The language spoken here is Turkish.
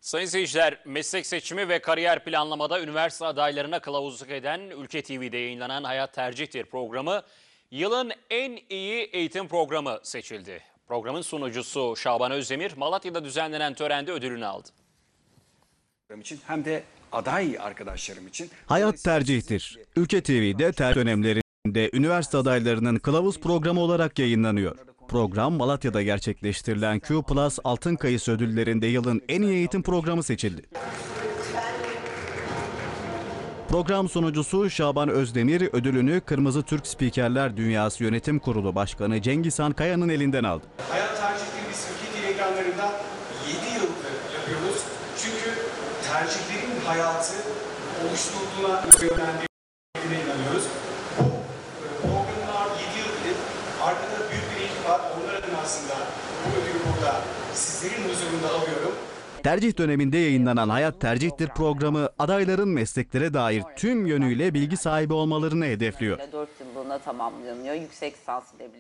Sayın seyirciler, meslek seçimi ve kariyer planlamada üniversite adaylarına kılavuzluk eden Ülke TV'de yayınlanan Hayat Tercihtir programı, yılın en iyi eğitim programı seçildi. Programın sunucusu Şaban Özdemir, Malatya'da düzenlenen törende ödülünü aldı. için hem de aday arkadaşlarım için. Hayat Tercihtir. Ülke TV'de tercih dönemlerinde üniversite adaylarının kılavuz programı olarak yayınlanıyor. Program Malatya'da gerçekleştirilen Q+ Altın Kayısı ödüllerinde yılın en iyi eğitim programı seçildi. Program sunucusu Şaban Özdemir ödülünü Kırmızı Türk Spikerler Dünyası Yönetim Kurulu Başkanı Cengizhan Kaya'nın elinden aldı. Hayat tercihleri biz Ülke TV ekranlarında 7 yıldır yapıyoruz. Çünkü tercihlerin hayatı oluşturduğuna yönlendirdiğine inanıyoruz. Bu programlar 7 yıldır arkada büyük bir ekip var. Onlar adına aslında bu ödülü burada sizlerin huzurunda alıyorum. Tercih döneminde yayınlanan Hayat Tercihtir programı adayların mesleklere dair tüm yönüyle bilgi sahibi olmalarını hedefliyor. 4 yıllığına tamamlanıyor. Yüksek lisans ile birlikte.